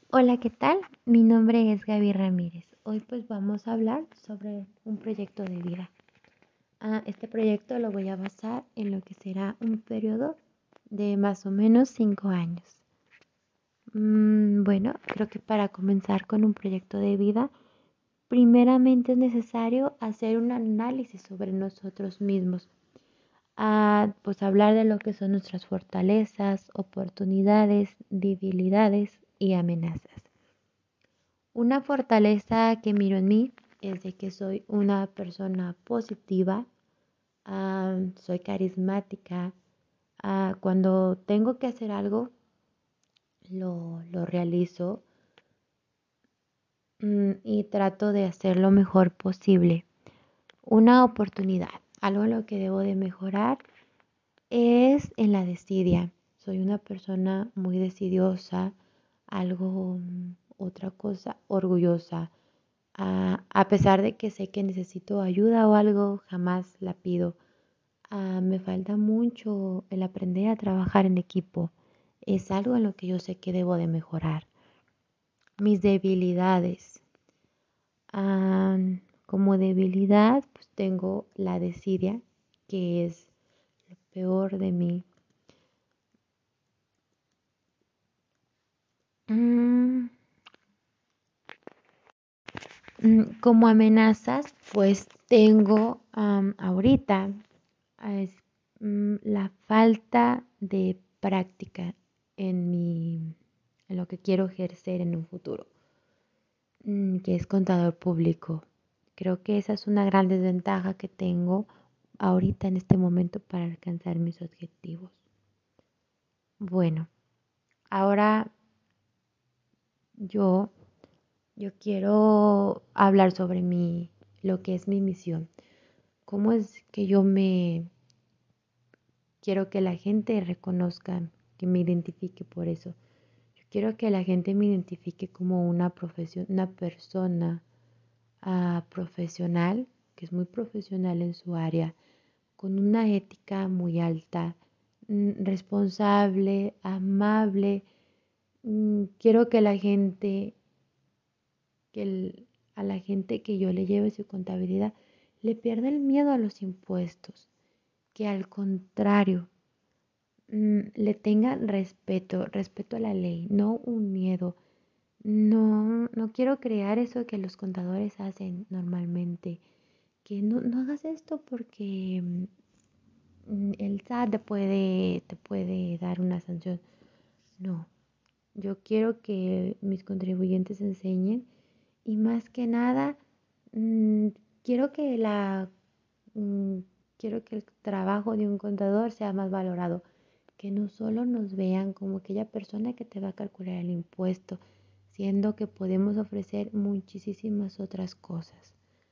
Hola, ¿qué tal? Mi nombre es Gaby Ramírez. Hoy pues vamos a hablar sobre un proyecto de vida. Este proyecto lo voy a basar en lo que será un periodo de más o menos 5 años. Bueno, creo que para comenzar con un proyecto de vida, primeramente es necesario hacer un análisis sobre nosotros mismos. Pues hablar de lo que son nuestras fortalezas, oportunidades, debilidades y amenazas. Una fortaleza que miro en mí es de que soy una persona positiva, soy carismática. Cuando tengo que hacer algo, lo realizo, y trato de hacer lo mejor posible. Una oportunidad, algo en lo que debo de mejorar es en la desidia. Soy una persona muy decidiosa, algo, otra cosa, orgullosa. A pesar de que sé que necesito ayuda o algo, jamás la pido. Me falta mucho el aprender a trabajar en equipo. Es algo en lo que yo sé que debo de mejorar. Mis debilidades. Ah, Como debilidad, pues tengo la desidia, que es lo peor de mí. Mm, Como amenazas, pues tengo ahorita es, la falta de práctica en lo que quiero ejercer en un futuro, que es contador público. Creo que esa es una gran desventaja que tengo ahorita en este momento para alcanzar mis objetivos. Bueno, ahora yo, yo quiero hablar sobre lo que es mi misión. ¿Cómo es que yo quiero que la gente reconozca, que me identifique por eso? Yo quiero que la gente me identifique como una una persona profesional, que es muy profesional en su área, con una ética muy alta, responsable, amable. Quiero que la gente, a la gente que yo le lleve su contabilidad, le pierda el miedo a los impuestos, que al contrario, le tenga respeto a la ley, no un miedo. No quiero crear eso que los contadores hacen normalmente, que no hagas esto porque el SAT te puede dar una sanción. No, yo quiero que mis contribuyentes enseñen y más que nada, mm, quiero que mm, quiero que el trabajo de un contador sea más valorado, que no solo nos vean como aquella persona que te va a calcular el impuesto, siendo que podemos ofrecer muchísimas otras cosas.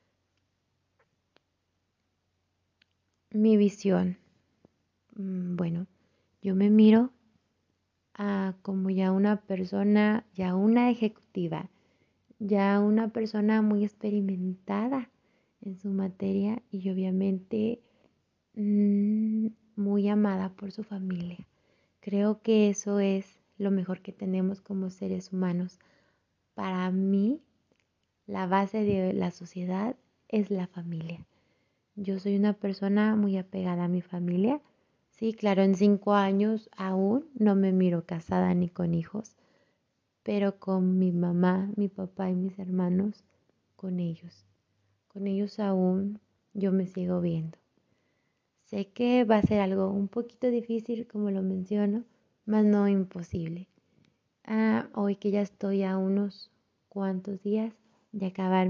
Mi visión. Bueno, yo me miro como ya una persona, ya una ejecutiva, ya una persona muy experimentada en su materia y obviamente mm, muy amada por su familia. Creo que eso es lo mejor que tenemos como seres humanos. Para mí, la base de la sociedad es la familia. Yo soy una persona muy apegada a mi familia. Sí, claro, en 5 años aún no me miro casada ni con hijos, pero con mi mamá, mi papá y mis hermanos, con ellos. Con ellos aún yo me sigo viendo. Sé que va a ser algo un poquito difícil, como lo menciono, mas no imposible. Hoy que ya estoy a unos cuantos días de acabar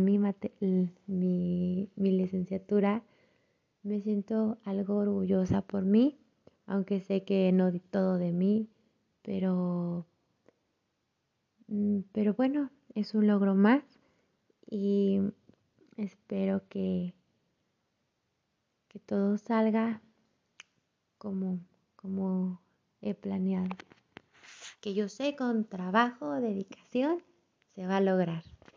mi licenciatura, me siento algo orgullosa por mí, aunque sé que no di todo de mí, pero, pero bueno, es un logro más y espero que todo salga como, como he planeado. Que yo sé con trabajo, dedicación, se va a lograr.